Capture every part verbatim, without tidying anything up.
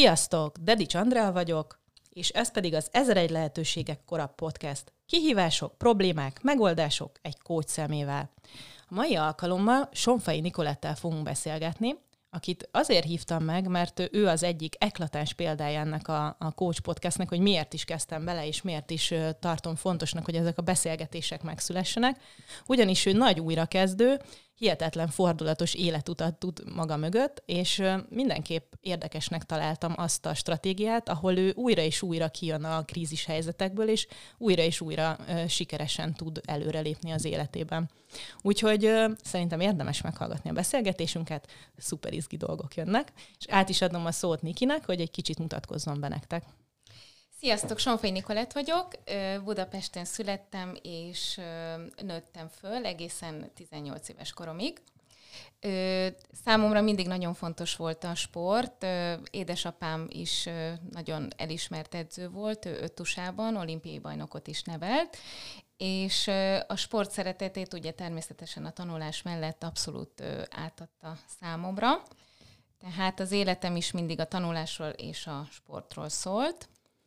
Sziasztok! Dedics Andrea vagyok, és ez pedig az ezeregy lehetőségek kora podcast. Kihívások, problémák, megoldások egy coach szemével. A mai alkalommal Sonfai Nicolettel fogunk beszélgetni, akit azért hívtam meg, mert ő az egyik eklatáns példája ennek a, a Coach Podcastnek, hogy miért is kezdtem bele, és miért is tartom fontosnak, hogy ezek a beszélgetések megszülessenek. Ugyanis ő nagy újrakezdő, hihetetlen fordulatos életutat tud maga mögött, és mindenképp érdekesnek találtam azt a stratégiát, ahol ő újra és újra kijön a krízis helyzetekből, és újra és újra sikeresen tud előrelépni az életében. Úgyhogy szerintem érdemes meghallgatni a beszélgetésünket, szuper izgi dolgok jönnek, és át is adom a szót Nikinek, hogy egy kicsit mutatkozzon be nektek. Sziasztok, Sonfai Nicolett vagyok, Budapesten születtem és nőttem föl egészen tizennyolc éves koromig. Számomra mindig nagyon fontos volt a sport, édesapám is nagyon elismert edző volt, ő öttusában, olimpiai bajnokot is nevelt, és a sport szeretetét ugye természetesen a tanulás mellett abszolút átadta számomra. Tehát az életem is mindig a tanulásról és a sportról szólt,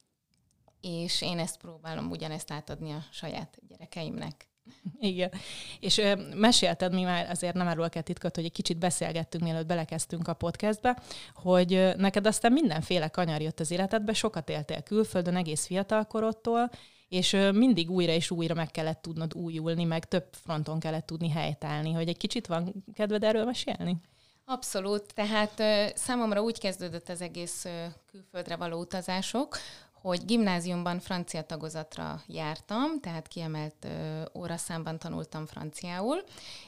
és én ezt próbálom ugyanezt átadni a saját gyerekeimnek. Igen. És ö, mesélted, mi már azért nem árulok el titkot, hogy egy kicsit beszélgettünk, mielőtt belekezdtünk a podcastbe, hogy ö, neked aztán mindenféle kanyar jött az életedbe, sokat éltél külföldön egész fiatalkorodtól, és ö, mindig újra és újra meg kellett tudnod újulni, meg több fronton kellett tudni helytállni, hogy egy kicsit van kedved erről mesélni? Abszolút, tehát ö, számomra úgy kezdődött az egész ö, külföldre való utazások, hogy gimnáziumban francia tagozatra jártam, tehát kiemelt ö, óraszámban tanultam franciául,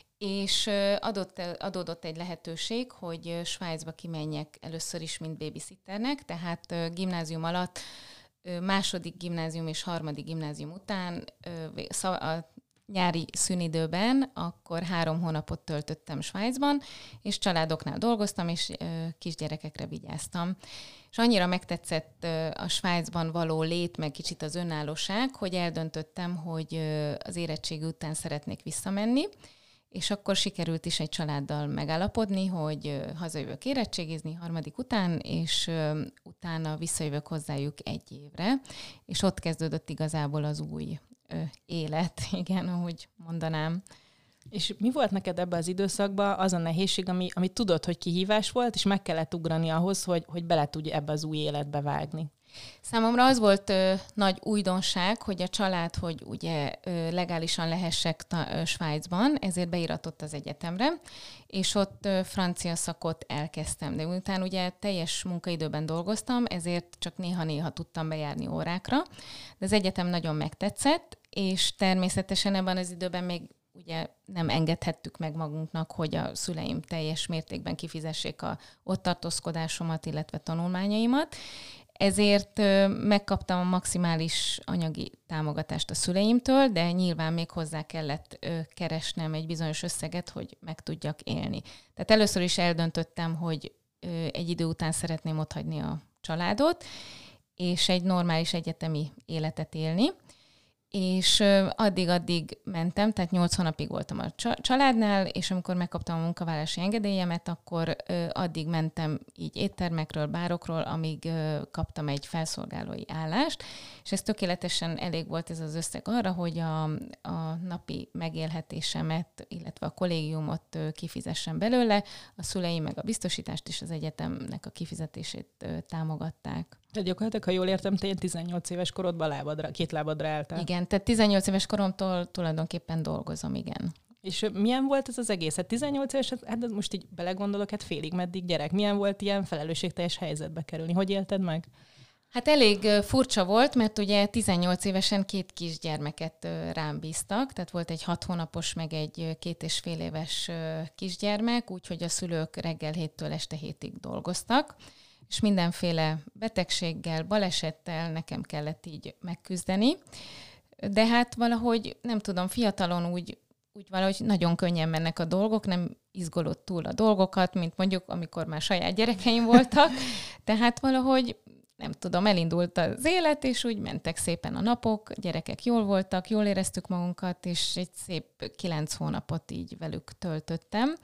és ö, adott, adódott egy lehetőség, hogy ö, Svájcba kimenjek először is, mint babysitternek, tehát ö, gimnázium alatt, ö, második gimnázium és harmadik gimnázium után ö, szab- a nyári szünidőben, akkor három hónapot töltöttem Svájcban, és családoknál dolgoztam, és ö, kisgyerekekre vigyáztam. És annyira megtetszett ö, a Svájcban való lét, meg kicsit az önállóság, hogy eldöntöttem, hogy ö, az érettségi után szeretnék visszamenni, és akkor sikerült is egy családdal megállapodni, hogy ö, hazajövök érettségizni harmadik után, és ö, utána visszajövök hozzájuk egy évre, és ott kezdődött igazából az új ö, élet, igen, ahogy mondanám. És mi volt neked ebben az időszakban az a nehézség, ami, ami tudod, hogy kihívás volt, és meg kellett ugrani ahhoz, hogy, hogy bele tudj ebbe az új életbe vágni? Számomra az volt ö, nagy újdonság, hogy a család, hogy ugye ö, legálisan lehessek ta, ö, Svájcban, ezért beiratott az egyetemre, és ott ö, francia szakot elkezdtem. De utána ugye teljes munkaidőben dolgoztam, ezért csak néha-néha tudtam bejárni órákra, de az egyetem nagyon megtetszett, és természetesen ebben az időben még ugye nem engedhettük meg magunknak, hogy a szüleim teljes mértékben kifizessék a ott tartózkodásomat, illetve tanulmányaimat. Ezért ö, megkaptam a maximális anyagi támogatást a szüleimtől, de nyilván még hozzá kellett ö, keresnem egy bizonyos összeget, hogy meg tudjak élni. Tehát először is eldöntöttem, hogy ö, egy idő után szeretném otthagyni a családot, és egy normális egyetemi életet élni. És addig-addig mentem, tehát nyolc hónapig voltam a családnál, és amikor megkaptam a munkavállalási engedélyemet, akkor addig mentem így éttermekről, bárokról, amíg kaptam egy felszolgálói állást, és ez tökéletesen elég volt ez az összeg arra, hogy a, a napi megélhetésemet, illetve a kollégiumot kifizessem belőle, a szüleim meg a biztosítást és az egyetemnek a kifizetését támogatták. Tehát gyakorlatilag, ha jól értem, te tizennyolc éves korodban lábadra, két lábadra álltál. Igen, tehát tizennyolc éves koromtól tulajdonképpen dolgozom, igen. És milyen volt ez az egész? Hát tizennyolc éves, hát most így belegondolok, hát félig meddig gyerek. Milyen volt ilyen felelősségteljes helyzetbe kerülni? Hogy élted meg? Hát elég furcsa volt, mert ugye tizennyolc évesen két kisgyermeket rám bíztak, tehát volt egy hat hónapos, meg egy két és fél éves kisgyermek, úgyhogy a szülők reggel héttől este hétig dolgoztak, és mindenféle betegséggel, balesettel nekem kellett így megküzdeni. De hát valahogy, nem tudom, fiatalon úgy, úgy valahogy nagyon könnyen mennek a dolgok, nem izgolott túl a dolgokat, mint mondjuk, amikor már saját gyerekeim voltak. Tehát valahogy, nem tudom, elindult az élet, és úgy mentek szépen a napok, gyerekek jól voltak, jól éreztük magunkat, és egy szép kilenc hónapot így velük töltöttem.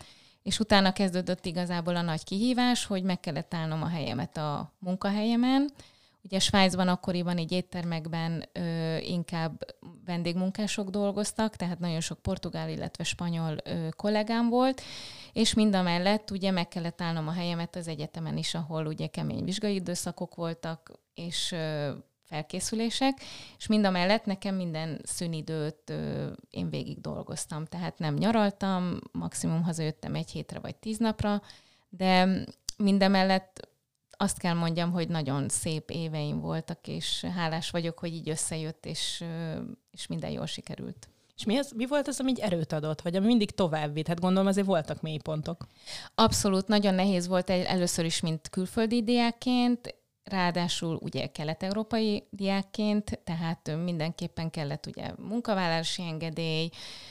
És utána kezdődött igazából a nagy kihívás, hogy meg kellett állnom a helyemet a munkahelyemen. Ugye Svájcban akkoriban így éttermekben ö, inkább vendégmunkások dolgoztak, tehát nagyon sok portugál, illetve spanyol ö, kollégám volt, és mindamellett ugye meg kellett állnom a helyemet az egyetemen is, ahol ugye kemény vizsgai időszakok voltak, és ö, felkészülések, és mindamellett nekem minden szünidőt ö, én végig dolgoztam. Tehát nem nyaraltam, maximum hazajöttem egy hétre vagy tíz napra, de mindamellett azt kell mondjam, hogy nagyon szép éveim voltak, és hálás vagyok, hogy így összejött, és, és minden jól sikerült. És mi, az, mi volt az, ami így erőt adott, vagy ami mindig tovább vitt? Hát gondolom azért voltak mélypontok. Abszolút, nagyon nehéz volt először is, mint külföldi diákként, ráadásul ugye kelet-európai diákként, tehát mindenképpen kellett ugye munkavállalási engedély.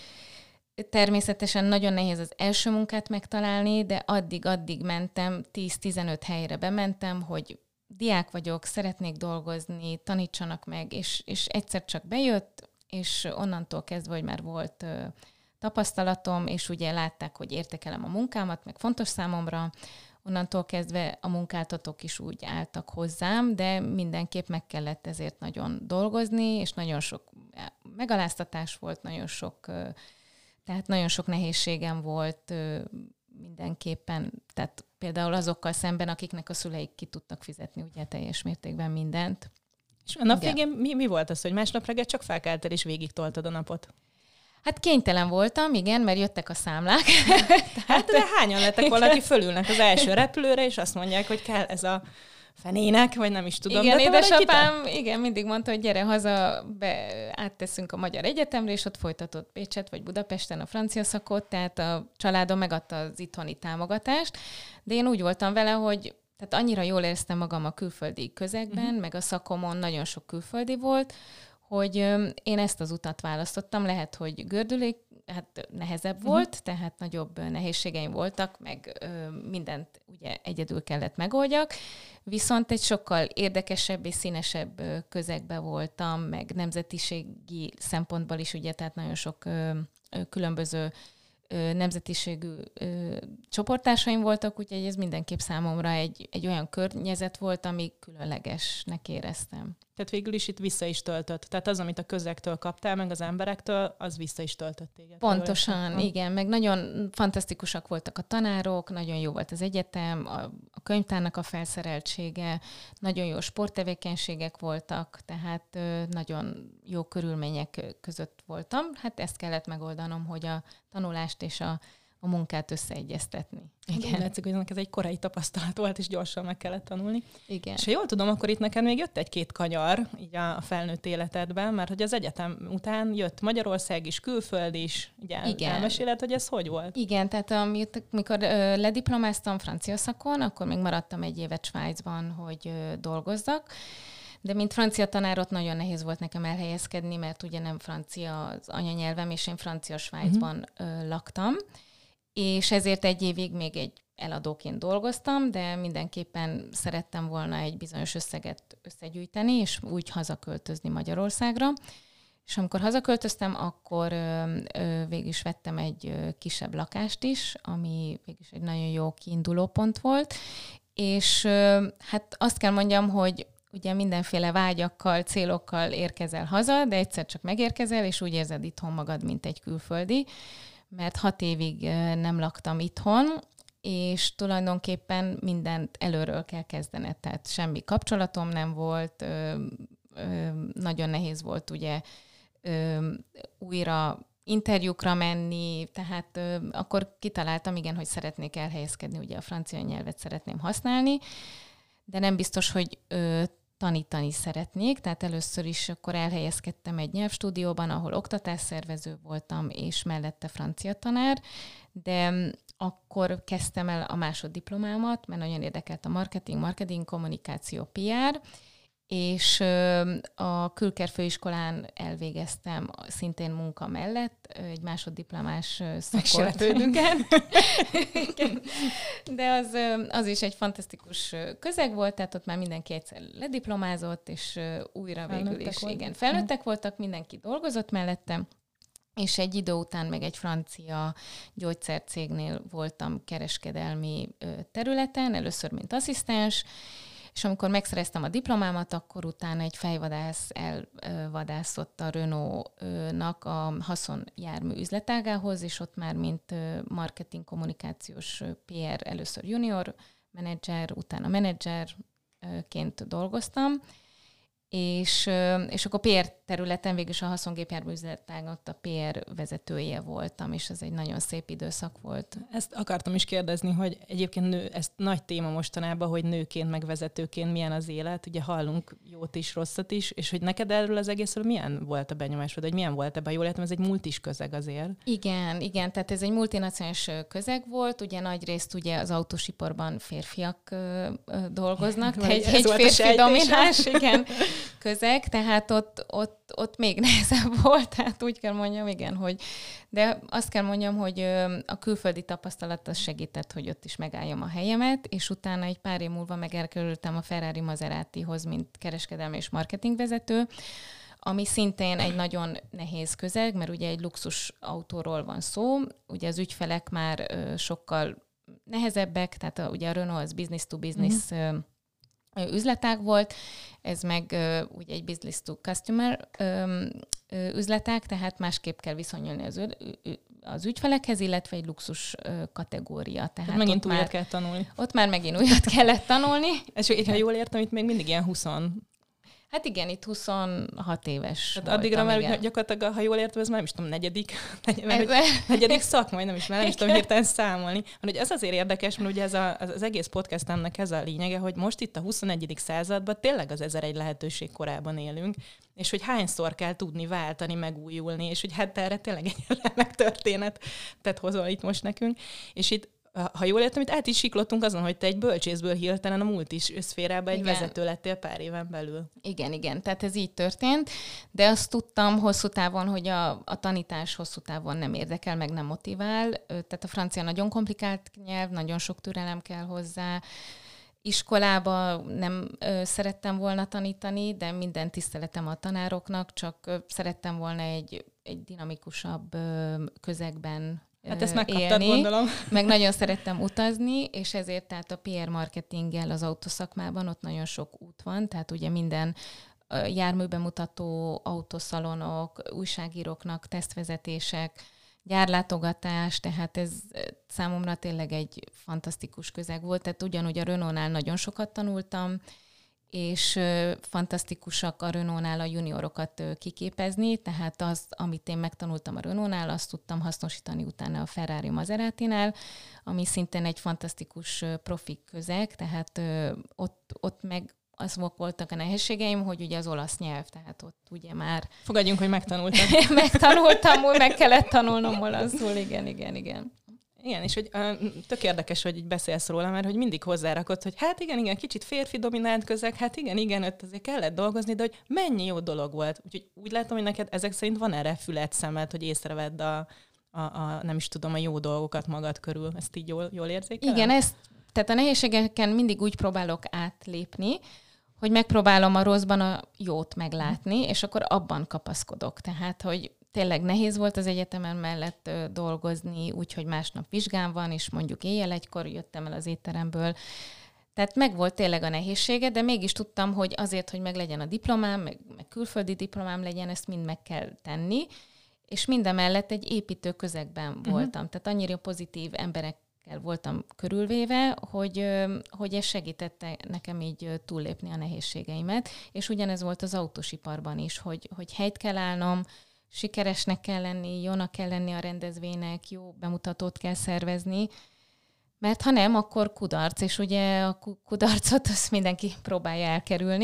Természetesen nagyon nehéz az első munkát megtalálni, de addig-addig mentem, tíz-tizenöt helyre bementem, hogy diák vagyok, szeretnék dolgozni, tanítsanak meg, és, és egyszer csak bejött, és onnantól kezdve, hogy már volt ö, tapasztalatom, és ugye látták, hogy értékelem a munkámat, meg fontos számomra, onnantól kezdve a munkáltatók is úgy álltak hozzám, de mindenképp meg kellett ezért nagyon dolgozni, és nagyon sok megaláztatás volt, nagyon sok... Ö, Tehát nagyon sok nehézségem volt mindenképpen, tehát például azokkal szemben, akiknek a szüleik ki tudtak fizetni ugye teljes mértékben mindent. És a nap végén mi, mi volt az, hogy másnap reggel csak felkeltél és végig toltad a napot? Hát kénytelen voltam, igen, mert jöttek a számlák. Hát de hányan lettek valaki fölülnek az első repülőre, és azt mondják, hogy kell ez a fenének, vagy nem is tudom. Igen, édesapám, igen, mindig mondta, hogy gyere haza, be, átteszünk a Magyar Egyetemre, és ott folytatott Pécset, vagy Budapesten a francia szakot, tehát a családom megadta az itthoni támogatást, de én úgy voltam vele, hogy tehát annyira jól éreztem magam a külföldi közegben, uh-huh. meg a szakomon nagyon sok külföldi volt, hogy én ezt az utat választottam, lehet, hogy gördülék, hát nehezebb uh-huh. volt, tehát nagyobb nehézségeim voltak, meg ö, mindent ugye egyedül kellett megoldjak, viszont egy sokkal érdekesebb és színesebb közegben voltam, meg nemzetiségi szempontból is, ugye, tehát nagyon sok ö, ö, különböző ö, nemzetiségű ö, csoporttársaim voltak, úgyhogy ez mindenképp számomra egy, egy olyan környezet volt, ami különlegesnek éreztem. Tehát végül is itt vissza is töltött. Tehát az, amit a közegtől kaptál, meg az emberektől, az vissza is töltött téged. Pontosan, igen. Meg nagyon fantasztikusak voltak a tanárok, nagyon jó volt az egyetem, a, a könyvtárnak a felszereltsége, nagyon jó sporttevékenységek voltak, tehát ö, nagyon jó körülmények között voltam. Hát ezt kellett megoldanom, hogy a tanulást és a a munkát összeegyeztetni. Igen. Látszik, hogy ez egy korai tapasztalat volt, és gyorsan meg kellett tanulni. Igen. És ha jól tudom, akkor itt neked még jött egy-két kanyar így a, a felnőtt életedben, mert hogy az egyetem után jött Magyarország is, külföld is. Ugye Igen. Elmeséled, hogy ez hogy volt? Igen, tehát amikor ö, lediplomáztam francia szakon, akkor még maradtam egy évet Svájcban, hogy ö, dolgozzak. De mint francia tanárot nagyon nehéz volt nekem elhelyezkedni, mert ugye nem francia az anyanyelvem, és én francia Svájcban uh-huh. ö, laktam. És ezért egy évig még egy eladóként dolgoztam, de mindenképpen szerettem volna egy bizonyos összeget összegyűjteni, és úgy hazaköltözni Magyarországra. És amikor hazaköltöztem, akkor ö, ö, végül is vettem egy ö, kisebb lakást is, ami végül is egy nagyon jó kiindulópont volt. És ö, hát azt kell mondjam, hogy ugye mindenféle vágyakkal, célokkal érkezel haza, de egyszer csak megérkezel, és úgy érzed itthon magad, mint egy külföldi, mert hat évig nem laktam itthon, és tulajdonképpen mindent előről kell kezdened, tehát semmi kapcsolatom nem volt, ö, ö, nagyon nehéz volt ugye ö, újra interjúkra menni, tehát ö, akkor kitaláltam, igen, hogy szeretnék elhelyezkedni, ugye a francia nyelvet szeretném használni, de nem biztos, hogy ö, tanítani szeretnék, tehát először is akkor elhelyezkedtem egy nyelvstúdióban, ahol oktatásszervező voltam, és mellette francia tanár, de akkor kezdtem el a másoddiplomámat, mert nagyon érdekelt a marketing, marketing, kommunikáció, pé er, és a Külker főiskolán elvégeztem szintén munka mellett egy másoddiplomás szakot. De az, az is egy fantasztikus közeg volt, tehát ott már mindenki egyszer lediplomázott, és újra végül is igen, felnőttek voltak, mindenki dolgozott mellettem, és egy idő után meg egy francia gyógyszercégnél voltam kereskedelmi területen, először mint asszisztens, és amikor megszereztem a diplomámat, akkor utána egy fejvadász elvadászott a Renault-nak a haszonjármű üzletágához, és ott már mint marketing kommunikációs pé er először junior menedzser, utána menedzserként dolgoztam, és, és akkor pé er területen végül a haszongépjármű üzletágon ott a pé er vezetője voltam, és ez egy nagyon szép időszak volt. Ezt akartam is kérdezni, hogy egyébként nő, ez nagy téma mostanában, hogy nőként meg vezetőként milyen az élet, ugye hallunk jót is, rosszat is, és hogy neked erről az egészről milyen volt a benyomásod, hogy milyen volt ebben, jól értem, ez egy multis közeg azért. Igen, igen, tehát ez egy multinacionális közeg volt, ugye nagy részt ugye az autósiparban férfiak ö, ö, dolgoznak, igen, egy, egy férfi domináns, igen, közeg, tehát ott, ott, ott még nehezebb volt, tehát úgy kell mondjam, igen, hogy de azt kell mondjam, hogy a külföldi tapasztalat az segített, hogy ott is megálljam a helyemet, és utána egy pár év múlva meg elkerültem a Ferrari Maseratihoz, mint kereskedelmi és marketingvezető, ami szintén egy nagyon nehéz közeg, mert ugye egy luxus autóról van szó, ugye az ügyfelek már sokkal nehezebbek, tehát a, ugye a Renault az business to business mm-hmm. üzletág volt, ez meg uh, ugye egy business to customer um, üzletág, tehát másképp kell viszonyulni az, az ügyfelekhez, illetve egy luxus uh, kategória. Tehát hát megint újat kell tanulni. Ott már megint újat kellett tanulni. És így, ha jól értem, itt még mindig ilyen húsz. Hát igen, itt huszonhat éves hát voltam, addigra már igen. gyakorlatilag, ha jól értem, ez már nem is tudom, negyedik, negyedik, negyedik szakma, nem is már nem is tudom hirtelen számolni. Hogy ez azért érdekes, mert ugye ez a, az, az egész podcastemnek ez a lényege, hogy most itt a huszonegyedik században tényleg az ezer egy lehetőség korában élünk, és hogy hányszor kell tudni váltani, megújulni, és hogy hát erre tényleg egy remek történetet hozol itt most nekünk. És itt ha jól értem, itt át is siklottunk azon, hogy te egy bölcsészből hirtelen a multis szférában egy igen. vezető lettél pár éven belül. Igen, igen, tehát ez így történt, de azt tudtam hosszú távon, hogy a, a tanítás hosszú távon nem érdekel, meg nem motivál, tehát a francia nagyon komplikált nyelv, nagyon sok türelem kell hozzá, iskolába nem ö, szerettem volna tanítani, de minden tiszteletem a tanároknak, csak ö, szerettem volna egy, egy dinamikusabb ö, közegben hát ezt megkaptad, gondolom. Meg nagyon szerettem utazni, és ezért tehát a pé er marketinggel az autószakmában ott nagyon sok út van, tehát ugye minden járműbemutató, autószalonok, újságíróknak tesztvezetések, gyárlátogatás, tehát ez számomra tényleg egy fantasztikus közeg volt, tehát ugyanúgy a Renault-nál nagyon sokat tanultam, és fantasztikusak a Renault-nál a juniorokat kiképezni, tehát az, amit én megtanultam a Renault-nál, azt tudtam hasznosítani utána a Ferrari Maseratinál, ami szintén egy fantasztikus profi közeg, tehát ott, ott meg azok voltak a nehézségeim, hogy ugye az olasz nyelv, tehát ott ugye már... Fogadjunk, hogy megtanultad. Megtanultam, úgy meg kellett tanulnom olaszul, igen, igen, igen. Igen, és hogy tök érdekes, hogy így beszélsz róla, mert hogy mindig hozzárakod, hogy hát igen, igen, kicsit férfi dominált közeg, hát igen, igen, ott azért kellett dolgozni, de hogy mennyi jó dolog volt. Úgyhogy úgy látom, hogy neked ezek szerint van erre fület szemed, hogy észrevedd a, a, a, nem is tudom, a jó dolgokat magad körül. Ezt így jól, jól érzékelem? Igen, ezt, tehát a nehézségeken mindig úgy próbálok átlépni, hogy megpróbálom a rosszban a jót meglátni, és akkor abban kapaszkodok. Tehát, hogy tényleg nehéz volt az egyetemen mellett ö, dolgozni, úgyhogy másnap vizsgám van, és mondjuk éjjel egykor jöttem el az étteremből. Tehát meg volt tényleg a nehézsége, de mégis tudtam, hogy azért, hogy meg legyen a diplomám, meg, meg külföldi diplomám legyen, ezt mind meg kell tenni, és mindemellett egy építő közegben uh-huh. voltam. Tehát annyira pozitív emberekkel voltam körülvéve, hogy, hogy ez segítette nekem így túllépni a nehézségeimet, és ugyanez volt az autósiparban is, hogy, hogy helyt kell állnom, sikeresnek kell lenni, jónak kell lenni a rendezvénynek, jó bemutatót kell szervezni, mert ha nem, akkor kudarc, és ugye a kudarcot azt mindenki próbálja elkerülni,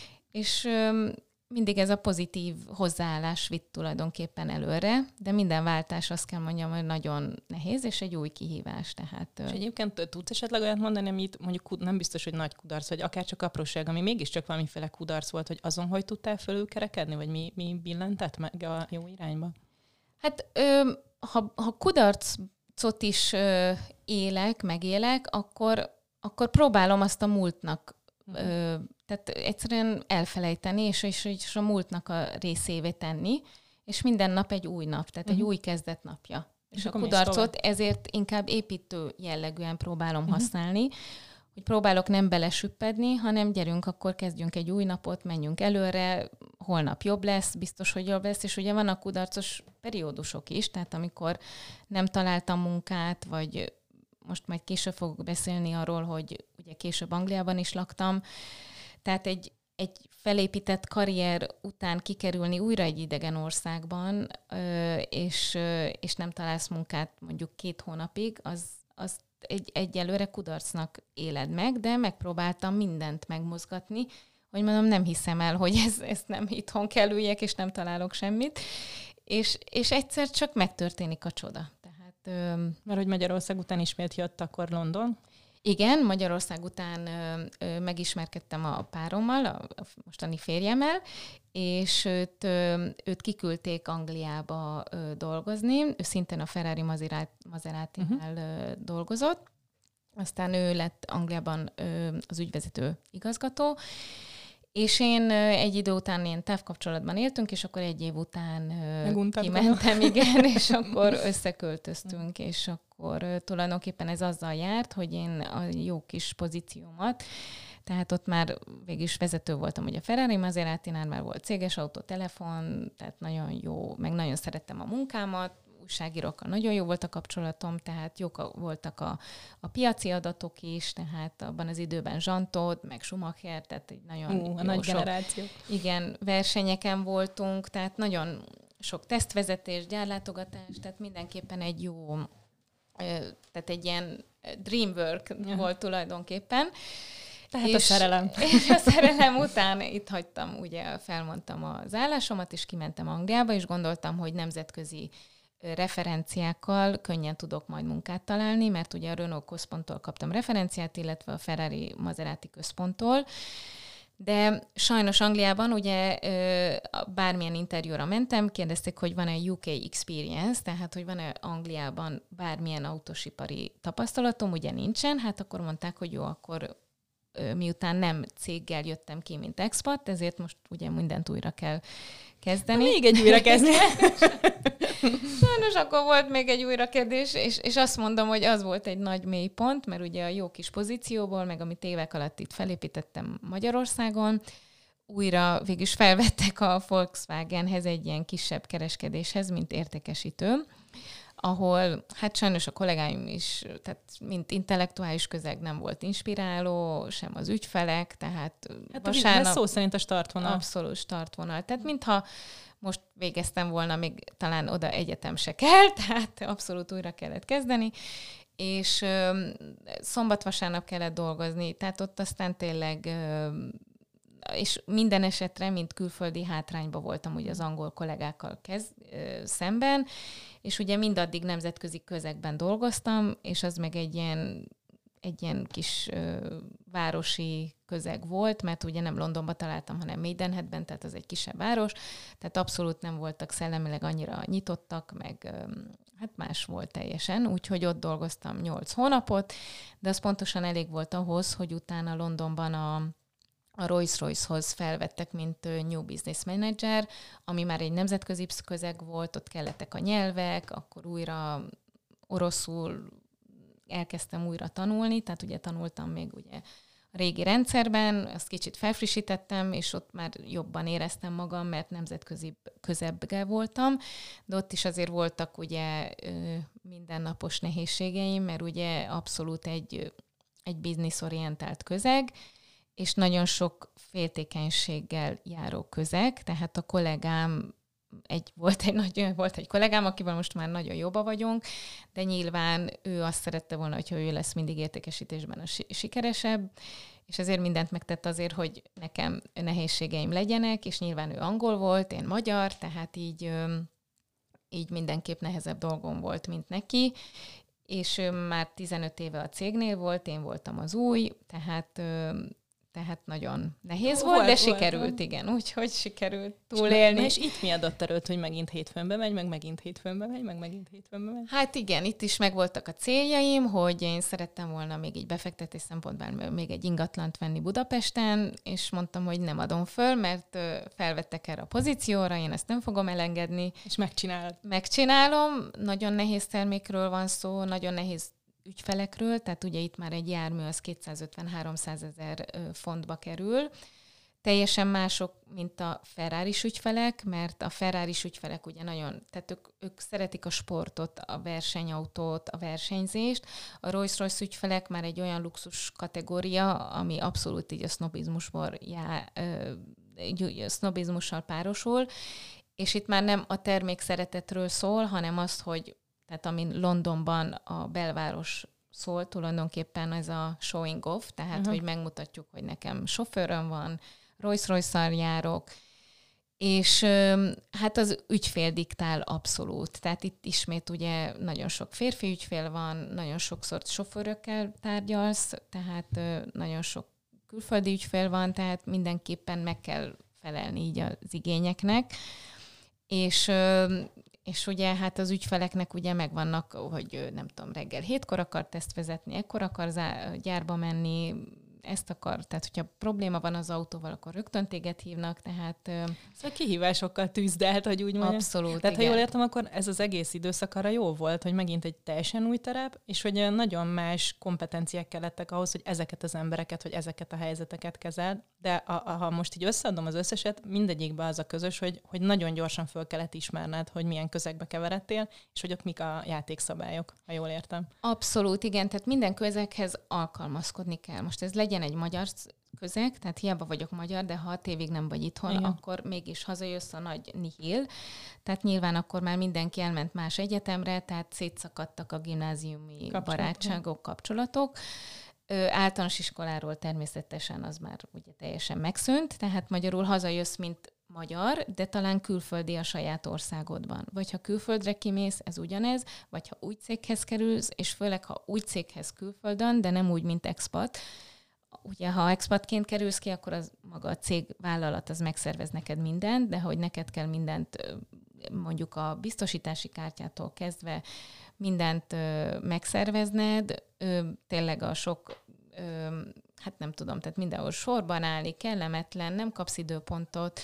és mindig ez a pozitív hozzáállás vitt tulajdonképpen előre, de minden váltás azt kell mondjam, hogy nagyon nehéz, és egy új kihívás. Tehát, és egyébként tudsz esetleg olyat mondani, amit mondjuk nem biztos, hogy nagy kudarc, vagy akár csak apróság, ami mégiscsak valamiféle kudarc volt, hogy azon, hogy tudtál fölülkerekedni, vagy mi, mi billentett meg a jó irányba? Hát ö, ha, ha kudarcot is ö, élek, megélek, akkor, akkor próbálom azt a múltnak ö, tehát egyszerűen elfelejteni, és, és, és a múltnak a részévé tenni, és minden nap egy új nap, tehát uh-huh. egy új kezdet napja. És, és a kudarcot ezért inkább építő jellegűen próbálom uh-huh. használni, hogy próbálok nem belesüppedni, hanem gyerünk, akkor kezdjünk egy új napot, menjünk előre, holnap jobb lesz, biztos, hogy jobb lesz, és ugye vannak kudarcos periódusok is, tehát amikor nem találtam munkát, vagy most majd később fogok beszélni arról, hogy ugye később Angliában is laktam, tehát egy, egy felépített karrier után kikerülni újra egy idegen országban, és, és nem találsz munkát mondjuk két hónapig, az, az egy, egyelőre kudarcnak éled meg, de megpróbáltam mindent megmozgatni, hogy mondom, nem hiszem el, hogy ez, ezt nem itthon kell üljek, és nem találok semmit, és, és egyszer csak megtörténik a csoda. Tehát, mert hogy Magyarország után ismét jött akkor London? Igen, Magyarország után ö, ö, megismerkedtem a párommal, a, a mostani férjemmel, és őt, ö, őt kiküldték Angliába ö, dolgozni. Ő szintén a Ferrari Maserati-nál uh-huh. dolgozott. Aztán ő lett Angliában ö, az ügyvezető igazgató, és én egy idő után ilyen távkapcsolatban éltünk, és akkor egy év után Meguntad kimentem, igen, és akkor összeköltöztünk, és akkor tulajdonképpen ez azzal járt, hogy én a jó kis pozíciómat, tehát ott már végülis vezető voltam, ugye a Ferrari Maseratinál már volt céges autó, telefon, tehát nagyon jó, meg nagyon szerettem a munkámat, újságírókkal nagyon jó volt a kapcsolatom, tehát jók voltak a, a piaci adatok is, tehát abban az időben Zsantód, meg Schumacher, tehát egy nagyon uh, jó a nagy sok, generáció. Igen, versenyeken voltunk, tehát nagyon sok tesztvezetés, gyárlátogatás, tehát mindenképpen egy jó, tehát egy ilyen dreamwork ja. volt tulajdonképpen. Tehát és, a szerelem. És a szerelem után itt hagytam, ugye felmondtam az állásomat, és kimentem Angliába, és gondoltam, hogy nemzetközi referenciákkal könnyen tudok majd munkát találni, mert ugye a Renault központtól kaptam referenciát, illetve a Ferrari Maserati központtól, de sajnos Angliában ugye bármilyen interjúra mentem, kérdezték, hogy van-e U K experience, tehát hogy van-e Angliában bármilyen autósipari tapasztalatom, ugye nincsen, hát akkor mondták, hogy jó, akkor miután nem céggel jöttem ki, mint expat, ezért most ugye mindent újra kell kezdeni. Na, még egy újrakezdés. Sajnos akkor volt még egy újrakezdés, és, és azt mondom, hogy az volt egy nagy mélypont, mert ugye a jó kis pozícióból, meg amit évek alatt itt felépítettem Magyarországon, újra végülis felvettek a Volkswagenhez egy ilyen kisebb kereskedéshez, mint értékesítő, ahol hát sajnos a kollégáim is, tehát mint intellektuális közeg nem volt inspiráló, sem az ügyfelek, tehát hát vasárnap... Ez szó szerint a startvonal. Abszolút startvonal. Tehát mintha most végeztem volna, még talán oda egyetem se kell, tehát abszolút újra kellett kezdeni, és ö, szombat-vasárnap kellett dolgozni, tehát ott aztán tényleg... Ö, és minden esetre, mint külföldi hátrányba voltam ugye az angol kollégákkal kez, ö, szemben, és ugye mindaddig nemzetközi közegben dolgoztam, és az meg egy ilyen, egy ilyen kis ö, városi közeg volt, mert ugye nem Londonba találtam, hanem Maidenheadben, tehát az egy kisebb város, tehát abszolút nem voltak szellemileg annyira nyitottak, meg ö, hát más volt teljesen, úgyhogy ott dolgoztam nyolc hónapot, de az pontosan elég volt ahhoz, hogy utána Londonban a a Rolls-Royce-hoz felvettek, mint New Business Manager, ami már egy nemzetközi közeg volt, ott kellettek a nyelvek, akkor újra oroszul elkezdtem újra tanulni, tehát ugye tanultam még ugye a régi rendszerben, azt kicsit felfrissítettem, és ott már jobban éreztem magam, mert nemzetközi közebbre voltam, de ott is azért voltak ugye mindennapos nehézségeim, mert ugye abszolút egy, egy bizniszorientált közeg, és nagyon sok féltékenységgel járó közeg, tehát a kollégám, egy, volt, egy nagy, volt egy kollégám, akivel most már nagyon jóba vagyunk, de nyilván ő azt szerette volna, hogyha ő lesz mindig értékesítésben a sikeresebb, és ezért mindent megtett azért, hogy nekem nehézségeim legyenek, és nyilván ő angol volt, én magyar, tehát így, így mindenképp nehezebb dolgom volt, mint neki, és ő már tizenöt éve a cégnél volt, én voltam az új, tehát tehát nagyon nehéz Ó, volt, volt, de volt, sikerült, volt. igen, úgyhogy sikerült túlélni. És, és itt mi adott erőt, hogy megint hétfőnbe megy, meg megint hétfőnbe megy, meg megint hétfőnbe megy? Hát igen, itt is megvoltak a céljaim, hogy én szerettem volna még egy befektetés szempontból még egy ingatlant venni Budapesten, és mondtam, hogy nem adom föl, mert felvettek erre a pozícióra, én ezt nem fogom elengedni. És megcsinálod. Megcsinálom, nagyon nehéz termékről van szó, nagyon nehéz ügyfelekről, tehát ugye itt már egy jármű az kétszázötven-háromszázezer fontba kerül. Teljesen mások, mint a Ferraris ügyfelek, mert a Ferraris ügyfelek ugye nagyon, tehát ők, ők szeretik a sportot, a versenyautót, a versenyzést. A Rolls-Royce ügyfelek már egy olyan luxus kategória, ami abszolút így a sznobizmusból já, ö, sznobizmussal párosul, és itt már nem a termék szeretetről szól, hanem az, hogy tehát amin Londonban a belváros szól, tulajdonképpen ez a showing off, tehát uh-huh. hogy megmutatjuk, hogy nekem sofőröm van, Rolls-Royce-szal járok, és hát az ügyfél diktál abszolút. Tehát itt ismét ugye nagyon sok férfi ügyfél van, nagyon sokszor sofőrökkel tárgyalsz, tehát nagyon sok külföldi ügyfél van, tehát mindenképpen meg kell felelni így az igényeknek. És, és ugye hát az ügyfeleknek ugye megvannak, hogy nem tudom, reggel hétkor akar teszt vezetni, ekkor akar gyárba menni, ezt akar, tehát hogyha probléma van az autóval, akkor rögtön téged hívnak, tehát... Szóval kihívásokkal tűzdelt, hogy úgy mondjam. Abszolút, Tehát igen. ha jól értem, akkor ez az egész időszak arra jó volt, hogy megint egy teljesen új terep, és hogy nagyon más kompetenciák kellettek ahhoz, hogy ezeket az embereket, vagy ezeket a helyzeteket kezeld. De a, a, ha most így összeadom az összeset, mindegyikben az a közös, hogy, hogy nagyon gyorsan föl kellett ismerned, hogy milyen közegbe keveredtél, és hogy ott mik a játékszabályok, ha jól értem. Abszolút, igen, tehát minden közeghez alkalmazkodni kell. Most ez legyen egy magyar közeg, tehát hiába vagyok magyar, de ha hat évig nem vagy itthon, igen. akkor mégis hazajössz a nagy nihil. Tehát nyilván akkor már mindenki elment más egyetemre, tehát szétszakadtak a gimnáziumi Kapcsolat. barátságok, kapcsolatok. Ö, általános iskoláról természetesen az már ugye teljesen megszűnt, tehát magyarul hazajössz, mint magyar, de talán külföldi a saját országodban. Vagy ha külföldre kimész, ez ugyanez, vagy ha új céghez kerülsz, és főleg ha új céghez külföldön, de nem úgy, mint expat. Ugye, ha expatként kerülsz ki, akkor az maga a cég vállalat az megszervez neked mindent, de hogy neked kell mindent, mondjuk a biztosítási kártyától kezdve mindent ö, megszervezned, ö, tényleg a sok, ö, hát nem tudom, tehát mindenhol sorban állni, kellemetlen, nem kapsz időpontot,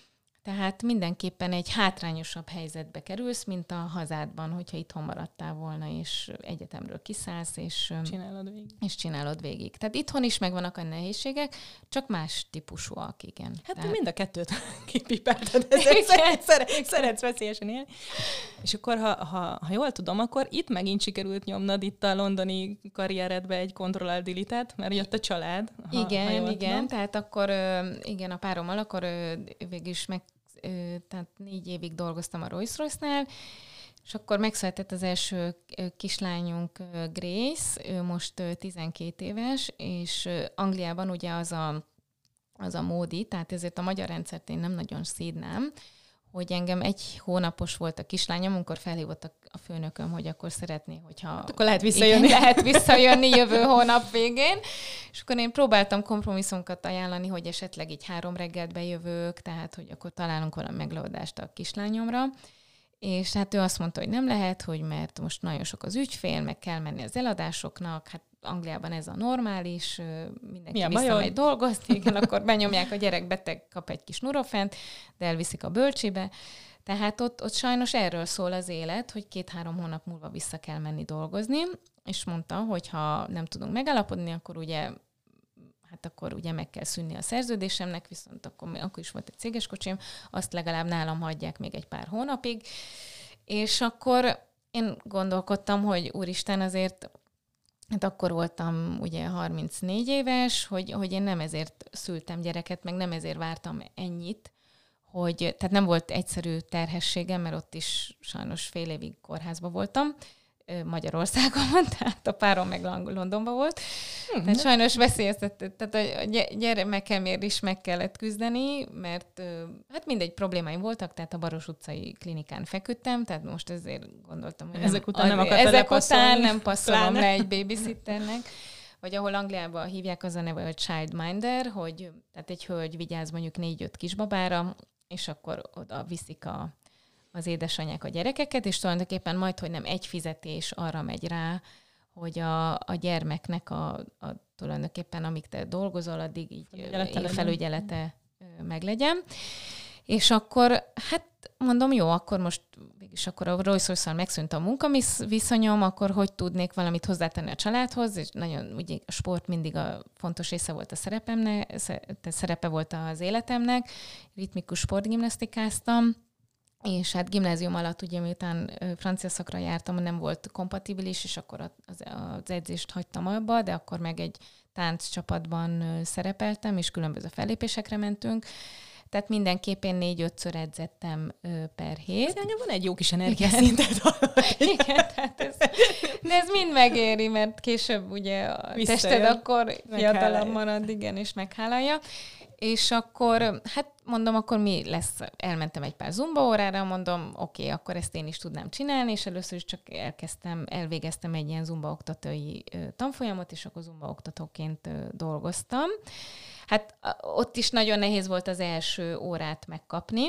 tehát mindenképpen egy hátrányosabb helyzetbe kerülsz, mint a hazádban, hogyha itthon maradtál volna, és egyetemről kiszállsz, és csinálod végig. És csinálod végig. Tehát itthon is megvannak a nehézségek, csak más típusúak, igen. Hát Tehát... mind a kettőt kipipáltad, ezért szeret, szeretsz veszélyesen élni. És akkor, ha, ha, ha jól tudom, akkor itt megint sikerült nyomnad itt a londoni karrieredbe egy Ctrl-Alt-Delete-et, mert jött a család. Ha, igen, ha igen. tudom. Tehát akkor, igen, a párommal akkor végül is meg tehát négy évig dolgoztam a Rolls-Royce-nál, és akkor megszületett az első kislányunk, Grace, ő most tizenkét éves, és Angliában ugye az a, az a módi, tehát ezért a magyar rendszert én nem nagyon szídnám, hogy engem egy hónapos volt a kislányom, amikor felhívott a, a főnököm, hogy akkor szeretné, hogyha... Hát akkor lehet visszajönni. Igen, lehet visszajönni jövő hónap végén. És akkor én próbáltam kompromisszumokat ajánlani, hogy esetleg így három reggelt bejövök, tehát hogy akkor találunk valami meglódást a kislányomra. És hát ő azt mondta, hogy nem lehet, hogy mert most nagyon sok az ügyfél, meg kell menni az eladásoknak, hát Angliában ez a normális, mindenki visszamegy dolgozni, igen, akkor benyomják, a gyerek beteg, kap egy kis nurofent, de elviszik a bölcsibe. Tehát ott, ott sajnos erről szól az élet, hogy két-három hónap múlva vissza kell menni dolgozni, és mondta, hogy ha nem tudunk megállapodni, akkor ugye hát akkor ugye meg kell szűnni a szerződésemnek, viszont akkor, akkor is volt egy céges kocsim, azt legalább nálam hagyják még egy pár hónapig, és akkor én gondolkodtam, hogy úristen, azért hát akkor voltam ugye harmincnégy éves, hogy, hogy én nem ezért szültem gyereket, meg nem ezért vártam ennyit, hogy, tehát nem volt egyszerű terhességem, mert ott is sajnos fél évig kórházban voltam, Magyarországon, tehát a párom meg Londonban volt. Hmm. Tehát sajnos veszélyeztetett, tehát a gyermekemért is meg kellett küzdeni, mert hát mindegy problémáim voltak, tehát a Baros utcai klinikán feküdtem, tehát most ezért gondoltam, hogy ezek után nem, nem, nem, ezek után nem passzolom le egy babysitternek, vagy ahol Angliában hívják, az a neve, hogy childminder, hogy tehát egy hölgy vigyáz mondjuk négy-öt kisbabára, és akkor oda viszik a, az édesanyák a gyerekeket, és tulajdonképpen majd, hogy nem egy fizetés arra megy rá, hogy a, a gyermeknek a, a tulajdonképpen, amíg te dolgozol, addig így felügyelete, felügyelete meglegyen. És akkor, hát mondom, jó, akkor most végülis akkor a Rolls-Royce-szal megszűnt a munkaviszonyom, akkor hogy tudnék valamit hozzátenni a családhoz, és nagyon, ugye a sport mindig a fontos része volt a szerepemnek, szerepe volt az életemnek, ritmikus sportgimnasztikáztam, és hát gimnázium alatt ugye miután francia szakra jártam, nem volt kompatibilis, és akkor az, az edzést hagytam abba, de akkor meg egy tánccsapatban szerepeltem, és különböző fellépésekre mentünk. Tehát mindenképpen négy-ötször edzettem ö, per hét. Ez van egy jó kis energiaszintet valahogy. Igen, tehát ez, de ez mind megéri, mert később ugye a Visszajön. tested akkor fiatalabb marad, igen, és meghálálja. És akkor, hát mondom, akkor mi lesz? Elmentem egy pár zumba órára, mondom, oké, okay, akkor ezt én is tudnám csinálni, és először is csak elkezdtem, elvégeztem egy ilyen zumba oktatói ö, tanfolyamot, és akkor zumba oktatóként ö, dolgoztam. Hát ott is nagyon nehéz volt az első órát megkapni,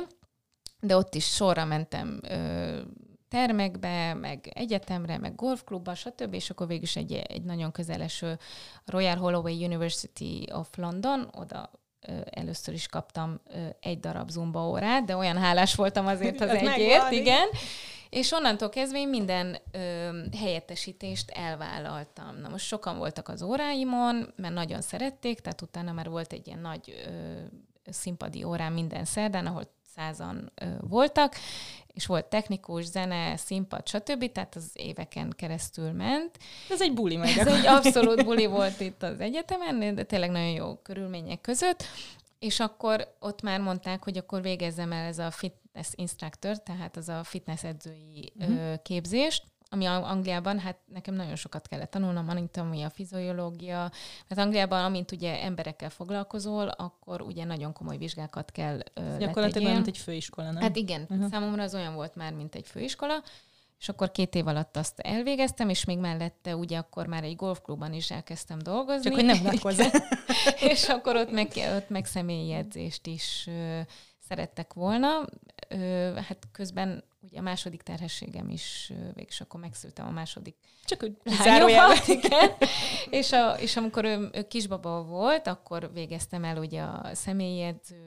de ott is sorra mentem ö, termekbe, meg egyetemre, meg golfklubba, stb. És akkor végül is egy, egy nagyon közeleső Royal Holloway University of London, oda ö, először is kaptam ö, egy darab zumba órát, de olyan hálás voltam azért az egyért, igen. És onnantól kezdve én minden ö, helyettesítést elvállaltam. Na most sokan voltak az óráimon, mert nagyon szerették, tehát utána már volt egy ilyen nagy ö, színpadi órán minden szerdán, ahol százan ö, voltak, és volt technikus, zene, színpad, stb. Tehát az éveken keresztül ment. Ez egy buli meg. Ez egy abszolút buli volt itt az egyetemen, de tényleg nagyon jó körülmények között. És akkor ott már mondták, hogy akkor végezzem el ez a fitness instructor, tehát az a fitness edzői uh-huh. képzést, ami Angliában, hát nekem nagyon sokat kellett tanulnom, anatomi, a fiziológia, mert Angliában, amint ugye emberekkel foglalkozol, akkor ugye nagyon komoly vizsgákat kell letegyél. Gyakorlatilag olyan, mint egy főiskola, nem? Hát igen, uh-huh. számomra az olyan volt már, mint egy főiskola, és akkor két év alatt azt elvégeztem, és még mellette ugye akkor már egy golfklubban is elkezdtem dolgozni. Csak hogy nem várj hozzá. És akkor ott meg, ott meg személyi edzést is ö, szerettek volna. Ö, hát közben ugye a második terhességem is, végülis akkor megszültem a második Csak úgy zárójelben. Igen. és, a, és amikor ő, ő kisbaba volt, akkor végeztem el ugye a személyi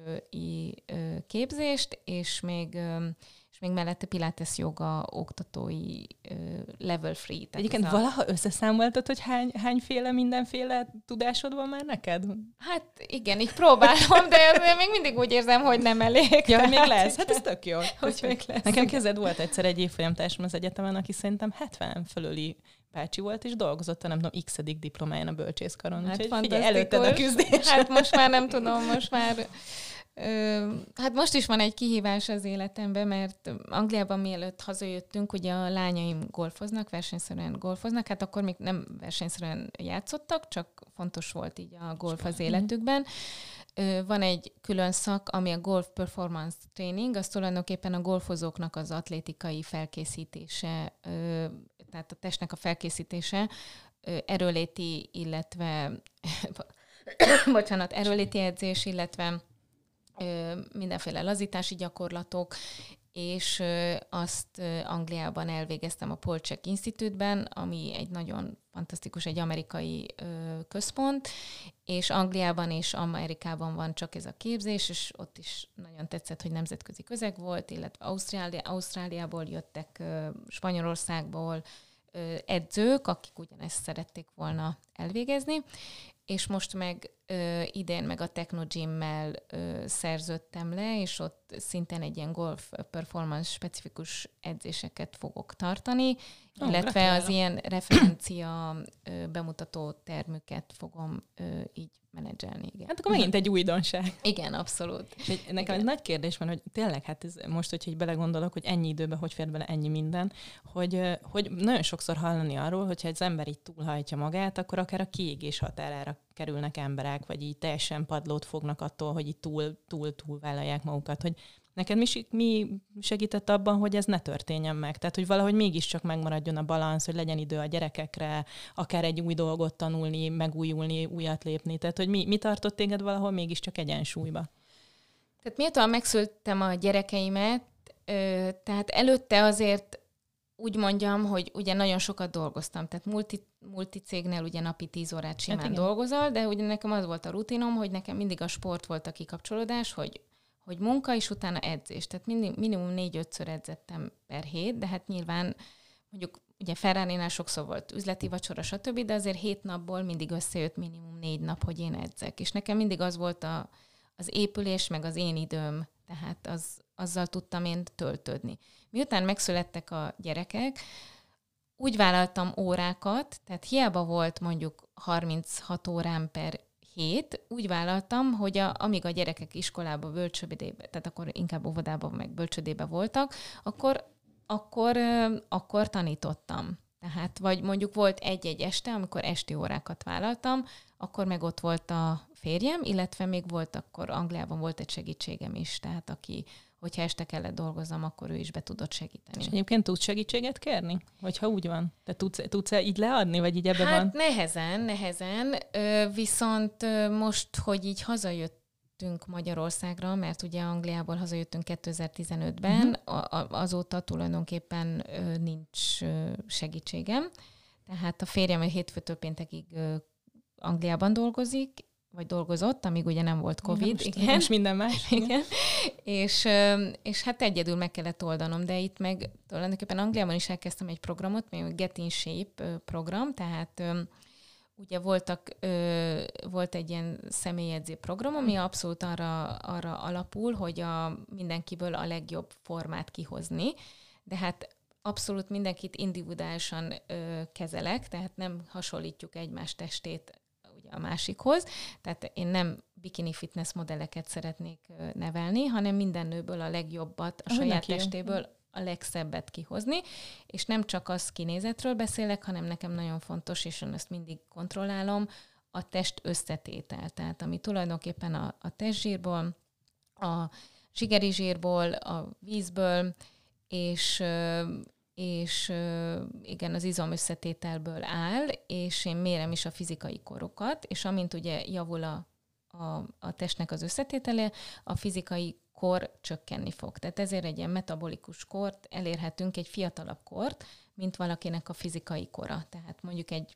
edzői ö, képzést, és még... Ö, és még mellette pilates joga oktatói uh, level free. Egyébként a... valaha összeszámoltad, hogy hány, hányféle mindenféle tudásod van már neked? Hát igen, így próbálom, de, de még mindig úgy érzem, hogy nem elég. Ja, tehát... még lesz? Hát ez tök jó. Hogy még lesz. Nekem kezed volt egyszer egy évfolyamtársam az egyetemen, aki szerintem hetven fölöli bácsi volt, és dolgozott a nem tudom, x-edik diplomáján a bölcsészkaron. Hát úgyhogy figyelj, előtted a küzdés. Hát most már nem tudom, most már... Ö, hát most is van egy kihívás az életemben, mert Angliában mielőtt hazajöttünk, ugye a lányaim golfoznak, versenyszerűen golfoznak, hát akkor még nem versenyszerűen játszottak, csak fontos volt így a golf az életükben. Ö, van egy külön szak, ami a Golf Performance Training, az tulajdonképpen a golfozóknak az atlétikai felkészítése, ö, tehát a testnek a felkészítése, ö, erőléti, illetve bocsánat, erőléti edzés, illetve mindenféle lazítási gyakorlatok, és azt Angliában elvégeztem a Paul Chek Institute-ben, ami egy nagyon fantasztikus, egy amerikai központ, és Angliában és Amerikában van csak ez a képzés, és ott is nagyon tetszett, hogy nemzetközi közeg volt, illetve Ausztrália, Ausztráliából jöttek, Spanyolországból edzők, akik ugyanezt szerették volna elvégezni, és most meg ö, idén meg a Technogym-mel ö, szerződtem le, és ott szintén egy ilyen golf performance specifikus edzéseket fogok tartani, oh, illetve gratulálom. Az ilyen referencia ö, bemutató termüket fogom ö, így menedzselni. Igen. Hát akkor megint egy újdonság. Igen, abszolút. Egy, nekem igen. Egy nagy kérdés van, hogy tényleg, hát ez most, hogyha így belegondolok, hogy ennyi időben hogy fér bele ennyi minden, hogy, hogy nagyon sokszor hallani arról, hogyha az ember így túlhajtja magát, akkor akár a kiégés határára kerülnek emberek, vagy így teljesen padlót fognak attól, hogy így túl, túl, túl vállalják magukat, hogy Neked mi, mi segített abban, hogy ez ne történjen meg? Tehát, hogy valahogy mégiscsak megmaradjon a balansz, hogy legyen idő a gyerekekre, akár egy új dolgot tanulni, megújulni, újat lépni. Tehát, hogy mi, mi tartott téged valahol mégiscsak egyensúlyba? Tehát miután megszültem a gyerekeimet, tehát előtte azért úgy mondjam, hogy ugye nagyon sokat dolgoztam, tehát multi, multicégnél ugye napi tíz órát simán hát dolgozol, de ugye nekem az volt a rutinom, hogy nekem mindig a sport volt a kikapcsolódás, hogy, hogy munka, és utána edzés. Tehát mindig, minimum négy-ötször edzettem per hét, de hát nyilván mondjuk ugye Ferrarinál sokszor volt üzleti vacsora, stb., de azért hét napból mindig összejött minimum négy nap, hogy én edzek. És nekem mindig az volt a, az épülés, meg az én időm, tehát az, azzal tudtam én töltődni. Miután megszülettek a gyerekek, úgy vállaltam órákat, tehát hiába volt mondjuk harminchat órám per hét, úgy vállaltam, hogy a, amíg a gyerekek iskolába, bölcsődébe, tehát akkor inkább óvodában, meg bölcsődébe voltak, akkor, akkor, akkor tanítottam. Tehát, vagy mondjuk volt egy-egy este, amikor esti órákat vállaltam, akkor meg ott volt a férjem, illetve még volt akkor Angliában volt egy segítségem is, tehát aki, hogyha este kellett dolgoznom, akkor ő is be tudott segíteni. És egyébként tudsz segítséget kérni? Hogyha úgy van? Te tudsz, tudsz-e így leadni, vagy így ebben hát van? Hát nehezen, nehezen, viszont most, hogy így hazajöttünk Magyarországra, mert ugye Angliából hazajöttünk kétezer-tizenötben, uh-huh. azóta tulajdonképpen nincs segítségem. Tehát a férjem hétfőtől péntekig Angliában dolgozik, vagy dolgozott, amíg ugye nem volt Covid. Most, igen. Most minden más. Igen. És, és hát egyedül meg kellett oldanom, de itt meg tulajdonképpen Angliában is elkezdtem egy programot, még a Get in Shape program, tehát ugye voltak, volt egy ilyen személyedző program, ami abszolút arra, arra alapul, hogy a, mindenkiből a legjobb formát kihozni, de hát abszolút mindenkit individuálisan kezelek, tehát nem hasonlítjuk egymás testét a másikhoz. Tehát én nem bikini fitness modelleket szeretnék nevelni, hanem minden nőből a legjobbat, a saját testéből a legszebbet kihozni, és nem csak az kinézetről beszélek, hanem nekem nagyon fontos, és én ezt mindig kontrollálom, a test összetétel. Tehát ami tulajdonképpen a, a testzsírból, a zsigeri zsírból, a vízből, és és igen, az izom összetételből áll, és én mérem is a fizikai korokat, és amint ugye javul a, a, a testnek az összetétele, a fizikai kor csökkenni fog. Tehát ezért egy ilyen metabolikus kort elérhetünk, egy fiatalabb kort, mint valakinek a fizikai kora. Tehát mondjuk egy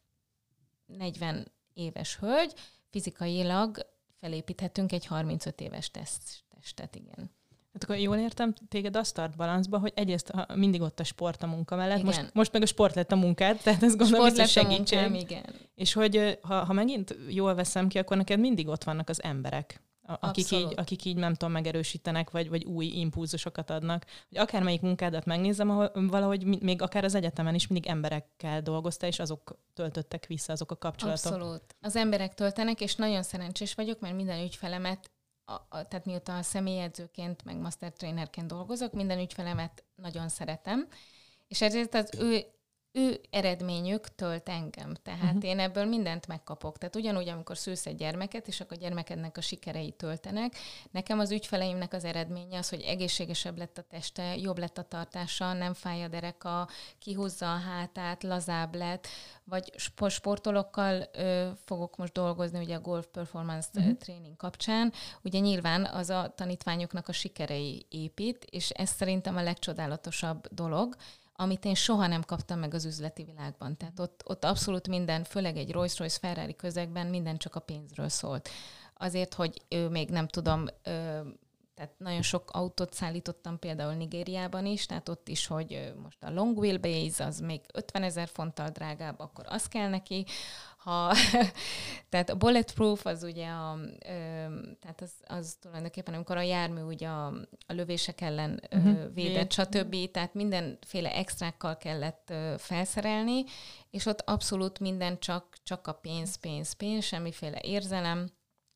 negyven éves hölgy, fizikailag felépíthetünk egy harmincöt éves testet, igen. Hát akkor jól értem, téged azt tart balanszba, hogy egyrészt mindig ott a sport a munka mellett, most, most meg a sport lett a munkád, tehát ez gondolom, hogy segítség. Munkám, igen. És hogy ha, ha megint jól veszem ki, akkor neked mindig ott vannak az emberek, akik így, akik így nem tudom, megerősítenek, vagy, vagy új impulzusokat adnak. Hogy akármelyik munkádat megnézem, ahol valahogy még akár az egyetemen is mindig emberekkel dolgoztál, és azok töltöttek vissza, azok a kapcsolatok. Abszolút. Az emberek töltenek, és nagyon szerencsés vagyok, mert minden ügyfelemet A, a, tehát mióta a személyedzőként, meg master trainerként dolgozok, minden ügyfelemet nagyon szeretem, és ezért az ő, ő eredményük tölt engem. Tehát uh-huh. én ebből mindent megkapok. Tehát ugyanúgy, amikor szülsz egy gyermeket, és akkor a gyermekednek a sikerei töltenek, nekem az ügyfeleimnek az eredménye az, hogy egészségesebb lett a teste, jobb lett a tartása, nem fáj a dereka, kihúzza a hátát, lazább lett, vagy sportolókkal ö, fogok most dolgozni, ugye a Golf Performance uh-huh. Training kapcsán. Ugye nyilván az a tanítványoknak a sikerei épít, és ez szerintem a legcsodálatosabb dolog, amit én soha nem kaptam meg az üzleti világban. Tehát ott, ott abszolút minden, főleg egy Rolls-Royce Ferrari közegben minden csak a pénzről szólt. Azért, hogy ő még nem tudom, ö, tehát nagyon sok autót szállítottam például Nigériában is, tehát ott is, hogy most a long wheelbase az még ötvenezer fonttal drágább, akkor az kell neki. Ha, tehát a bulletproof az ugye a, ö, tehát az, az tulajdonképpen, amikor a jármű ugye a, a lövések ellen ö, uh-huh. védett, stb. Tehát mindenféle extrákkal kellett ö, felszerelni, és ott abszolút minden csak, csak a pénz, pénz, pénz, semmiféle érzelem,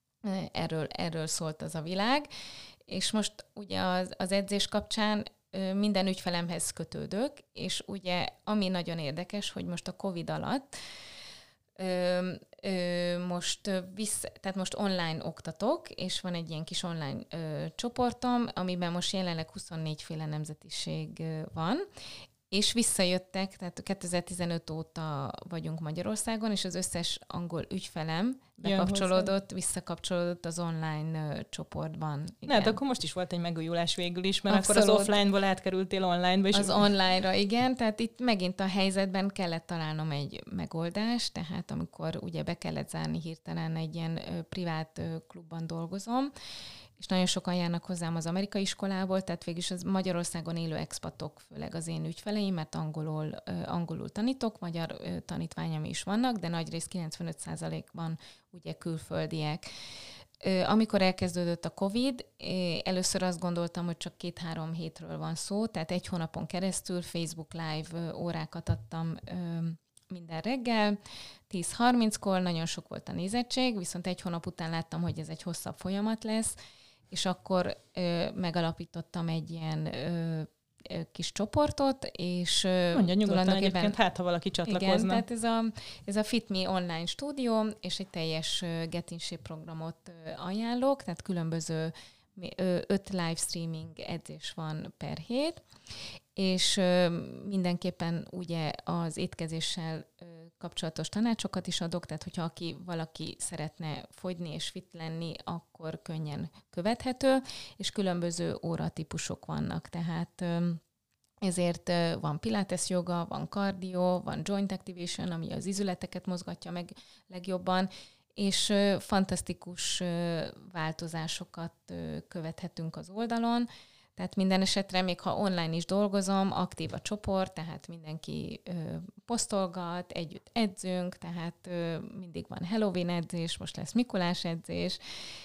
erről, erről szólt az a világ. És most ugye az, az edzés kapcsán ö, minden ügyfelemhez kötődök, és ugye ami nagyon érdekes, hogy most a Covid alatt Ö, ö, most vissza, tehát most online oktatok, és van egy ilyen kis online ö, csoportom, amiben most jelenleg huszonnégy féle nemzetiség ö, van, és visszajöttek, tehát kétezer-tizenöt óta vagyunk Magyarországon, és az összes angol ügyfelem bekapcsolódott, visszakapcsolódott az online uh, csoportban. Igen. Ne, akkor most is volt egy megújulás végül is, mert Abszolút. Akkor az offline-ból átkerültél online-ba. És az online-ra, igen, tehát itt megint a helyzetben kellett találnom egy megoldást, tehát amikor ugye be kellett zárni hirtelen egy ilyen uh, privát uh, klubban dolgozom, és nagyon sokan járnak hozzám az amerikai iskolából, tehát végülis az Magyarországon élő expatok, főleg az én ügyfeleim, mert angolul, angolul tanítok, magyar tanítványom is vannak, de nagyrészt kilencvenöt százalékban ugye külföldiek. Amikor elkezdődött a Covid, először azt gondoltam, hogy csak két-három hétről van szó, tehát egy hónapon keresztül Facebook Live órákat adtam minden reggel, tíz harminckor, nagyon sok volt a nézettség, viszont egy hónap után láttam, hogy ez egy hosszabb folyamat lesz, és akkor ö, megalapítottam egy ilyen ö, ö, kis csoportot, és mondja nyugodtan egyébként, hát ha valaki csatlakozna. Igen, tehát ez a, ez a Fit Me online stúdió, és egy teljes Get in Shape programot ajánlok, tehát különböző öt live streaming edzés van per hét, és mindenképpen ugye az étkezéssel kapcsolatos tanácsokat is adok, tehát hogyha aki, valaki szeretne fogyni és fit lenni, akkor könnyen követhető, és különböző óratípusok vannak, tehát ezért van pilates joga, van kardió, van joint activation, ami az izületeket mozgatja meg legjobban, és fantasztikus változásokat követhetünk az oldalon. Tehát minden esetre, még ha online is dolgozom, aktív a csoport, tehát mindenki ö, posztolgat, együtt edzünk, tehát ö, mindig van Halloween edzés, most lesz Mikulás edzés,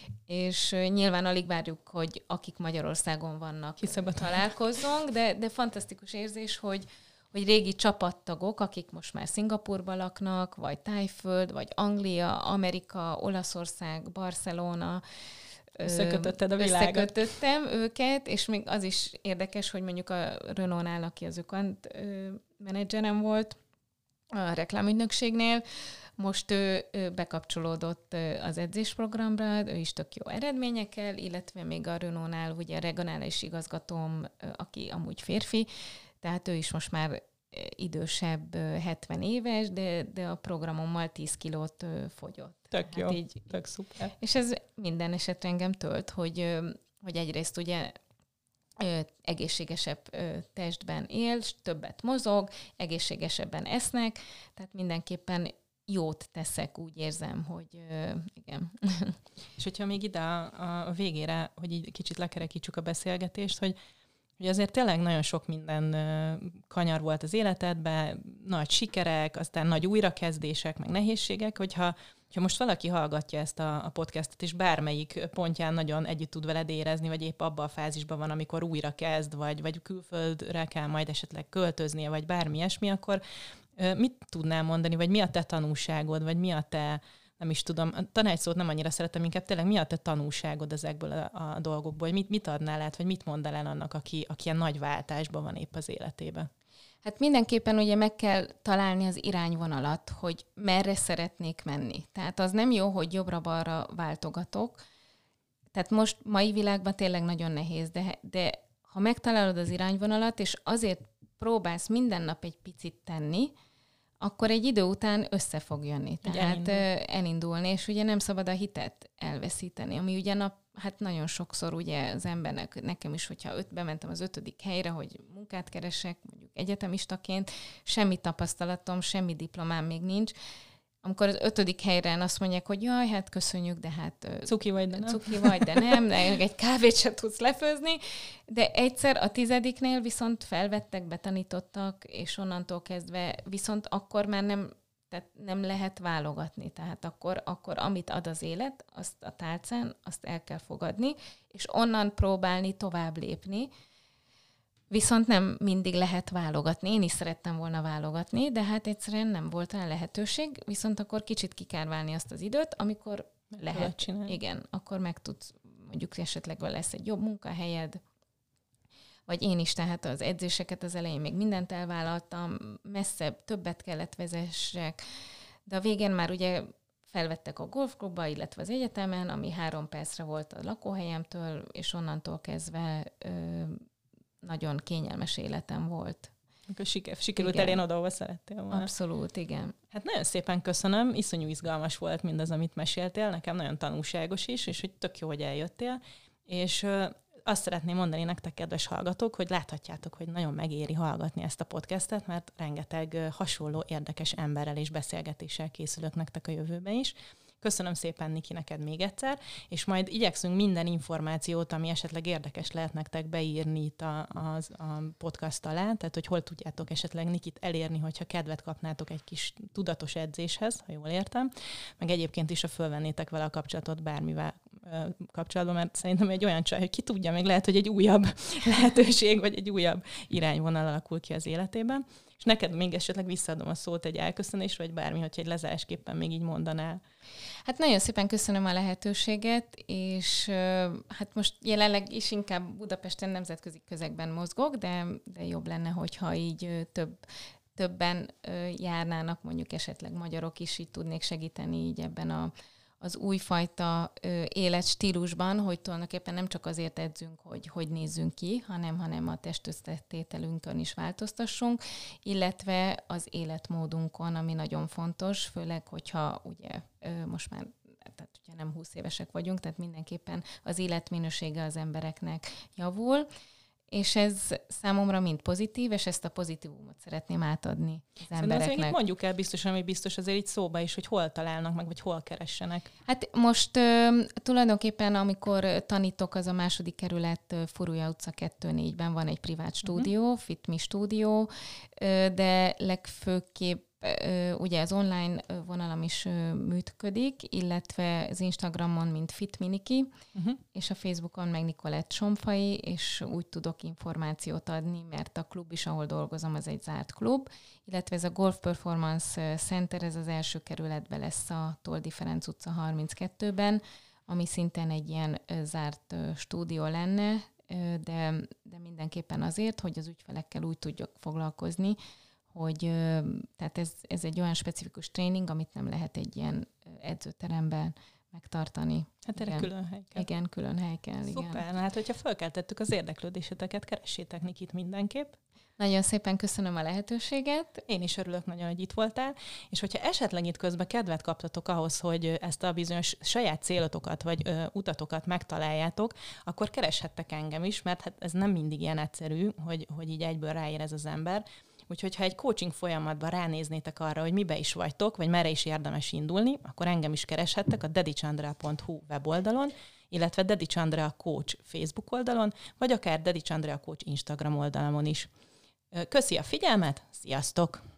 és ö, nyilván alig várjuk, hogy akik Magyarországon vannak, találkozzunk, de, de fantasztikus érzés, hogy hogy régi csapattagok, akik most már Szingapurban laknak, vagy Tájföld, vagy Anglia, Amerika, Olaszország, Barcelona, összekötötted a világot. Összekötöttem őket, és még az is érdekes, hogy mondjuk a Renault-nál, aki az ökant menedzserem volt a reklámügynökségnél, most ő, ő bekapcsolódott az edzésprogramra, ő is tök jó eredményekkel, illetve még a Renault-nál ugye a regionális igazgatóm, aki amúgy férfi, tehát ő is most már idősebb, hetven éves, de, de a programommal tíz kilót fogyott. Tök hát jó, így, tök szuper. És ez minden esetre engem tölt, hogy, hogy egyrészt ugye egészségesebb testben él, többet mozog, egészségesebben esznek, tehát mindenképpen jót teszek, úgy érzem, hogy igen. És hogyha még ide a, a végére, hogy így kicsit lekerekítsük a beszélgetést, hogy hogy azért tényleg nagyon sok minden kanyar volt az életedben, nagy sikerek, aztán nagy újrakezdések, meg nehézségek, hogyha, hogyha most valaki hallgatja ezt a, a podcastot, és bármelyik pontján nagyon együtt tud veled érezni, vagy épp abban a fázisban van, amikor újra kezd, vagy, vagy külföldre kell majd esetleg költöznie, vagy bármi ilyesmi, akkor mit tudnál mondani, vagy mi a te tanúságod, vagy mi a te, nem is tudom, a tanácsszót nem annyira szeretem, inkább tényleg mi a te tanúságod ezekből a, a dolgokból, hogy mit, mit adnál át, vagy mit mondd el annak, aki, aki ilyen nagy váltásban van épp az életében? Hát mindenképpen ugye meg kell találni az irányvonalat, hogy merre szeretnék menni. Tehát az nem jó, hogy jobbra-balra váltogatok. Tehát most mai világban tényleg nagyon nehéz, de, de ha megtalálod az irányvonalat, és azért próbálsz minden nap egy picit tenni, akkor egy idő után össze fog jönni. Tehát elindul. elindulni, és ugye nem szabad a hitet elveszíteni, ami ugye nap, hát nagyon sokszor ugye az embernek, nekem is, hogyha öt, bementem az ötödik helyre, hogy munkát keresek, mondjuk egyetemistaként, semmi tapasztalatom, semmi diplomám még nincs. Amikor az ötödik helyre azt mondják, hogy jaj, hát köszönjük, de hát cuki vagy, de nem. Cuki vagy, de nem, de egy kávét sem tudsz lefőzni, de egyszer a tizediknél viszont felvettek, betanítottak, és onnantól kezdve viszont akkor már nem, tehát nem lehet válogatni. Tehát akkor, akkor amit ad az élet, azt a tálcán, azt el kell fogadni, és onnan próbálni tovább lépni. Viszont nem mindig lehet válogatni. Én is szerettem volna válogatni, de hát egyszerűen nem volt rá lehetőség, viszont akkor kicsit ki kell válni azt az időt, amikor meg lehet csinálni. Igen, akkor meg tudsz, mondjuk esetleg lesz egy jobb munkahelyed, vagy én is, tehát az edzéseket az elején még mindent elvállaltam, messzebb, többet kellett vezessek, de a végén már ugye felvettek a golfklubba, illetve az egyetemen, ami három percre volt a lakóhelyemtől, és onnantól kezdve ö, nagyon kényelmes életem volt. Akkor siker, sikerült elérni oda, ahova szerettél volna. Abszolút, igen. Hát nagyon szépen köszönöm, iszonyú izgalmas volt mindaz, amit meséltél, nekem nagyon tanulságos is, és hogy tök jó, hogy eljöttél, és ö, azt szeretném mondani nektek, kedves hallgatók, hogy láthatjátok, hogy nagyon megéri hallgatni ezt a podcastet, mert rengeteg ö, hasonló érdekes emberrel és beszélgetéssel készülök nektek a jövőben is. Köszönöm szépen, Niki, neked még egyszer, és majd igyekszünk minden információt, ami esetleg érdekes lehet nektek beírni itt a, a, a podcast alá, tehát hogy hol tudjátok esetleg Nikit elérni, hogyha kedvet kapnátok egy kis tudatos edzéshez, ha jól értem, meg egyébként is, ha fölvennétek vele a kapcsolatot bármivel kapcsolatban, mert szerintem egy olyan csaj, hogy ki tudja, még lehet, hogy egy újabb lehetőség, vagy egy újabb irányvonal alakul ki az életében. És neked még esetleg visszaadom a szót egy elköszönésre, vagy bármi, hogyha egy lezárásképpen még így mondanál. Hát nagyon szépen köszönöm a lehetőséget, és hát most jelenleg is inkább Budapesten nemzetközi közegben mozgok, de, de jobb lenne, hogyha így több, többen járnának, mondjuk esetleg magyarok is, így tudnék segíteni így ebben a az újfajta ö, életstílusban, hogy tulajdonképpen nem csak azért edzünk, hogy hogy nézzünk ki, hanem, hanem a testösszetételünkön is változtassunk, illetve az életmódunkon, ami nagyon fontos, főleg, hogyha ugye ö, most már tehát ugye nem húsz évesek vagyunk, tehát mindenképpen az életminősége az embereknek javul, és ez számomra mind pozitív, és ezt a pozitívumot szeretném átadni az Szerintem embereknek. Azt mondjuk el biztosan, ami biztos azért itt szóba is, hogy hol találnak meg, vagy hol keressenek. Hát most ö, tulajdonképpen, amikor tanítok, az a második kerület Furulya utca kettő négyben van egy privát stúdió, uh-huh. FitMe stúdió, ö, de legfőképp ö, ugye az online vonalam is ö, működik, illetve az Instagramon, mint FitMiniki, uh-huh. és a Facebookon meg Nikolett Somfai, és úgy tudok információt adni, mert a klub is, ahol dolgozom, az egy zárt klub, illetve ez a Golf Performance Center, ez az első kerületben lesz a Toldi Ferenc utca harminckettőben, ami szintén egy ilyen ö, zárt ö, stúdió lenne, ö, de, de mindenképpen azért, hogy az ügyfelekkel úgy tudjak foglalkozni, hogy tehát ez, ez egy olyan specifikus tréning, amit nem lehet egy ilyen edzőteremben megtartani. Hát erre igen. külön hely kell. Igen, külön hely kell. Szuper, igen. hát hogyha felkeltettük az érdeklődéseteket, keressétek Nikit mindenképp. Nagyon szépen köszönöm a lehetőséget. Én is örülök nagyon, hogy itt voltál, és hogyha esetleg itt közben kedvet kaptatok ahhoz, hogy ezt a bizonyos saját célotokat vagy ö, utatokat megtaláljátok, akkor kereshettek engem is, mert hát ez nem mindig ilyen egyszerű, hogy, hogy így egyből ráér ez az ember. Úgyhogy ha egy coaching folyamatban ránéznétek arra, hogy mibe is vagytok, vagy merre is érdemes indulni, akkor engem is kereshettek a dedichandrea pont hu weboldalon, illetve Dedics Andrea Coach Facebook oldalon, vagy akár Dedics Andrea Coach Instagram oldalamon is. Köszi a figyelmet, sziasztok!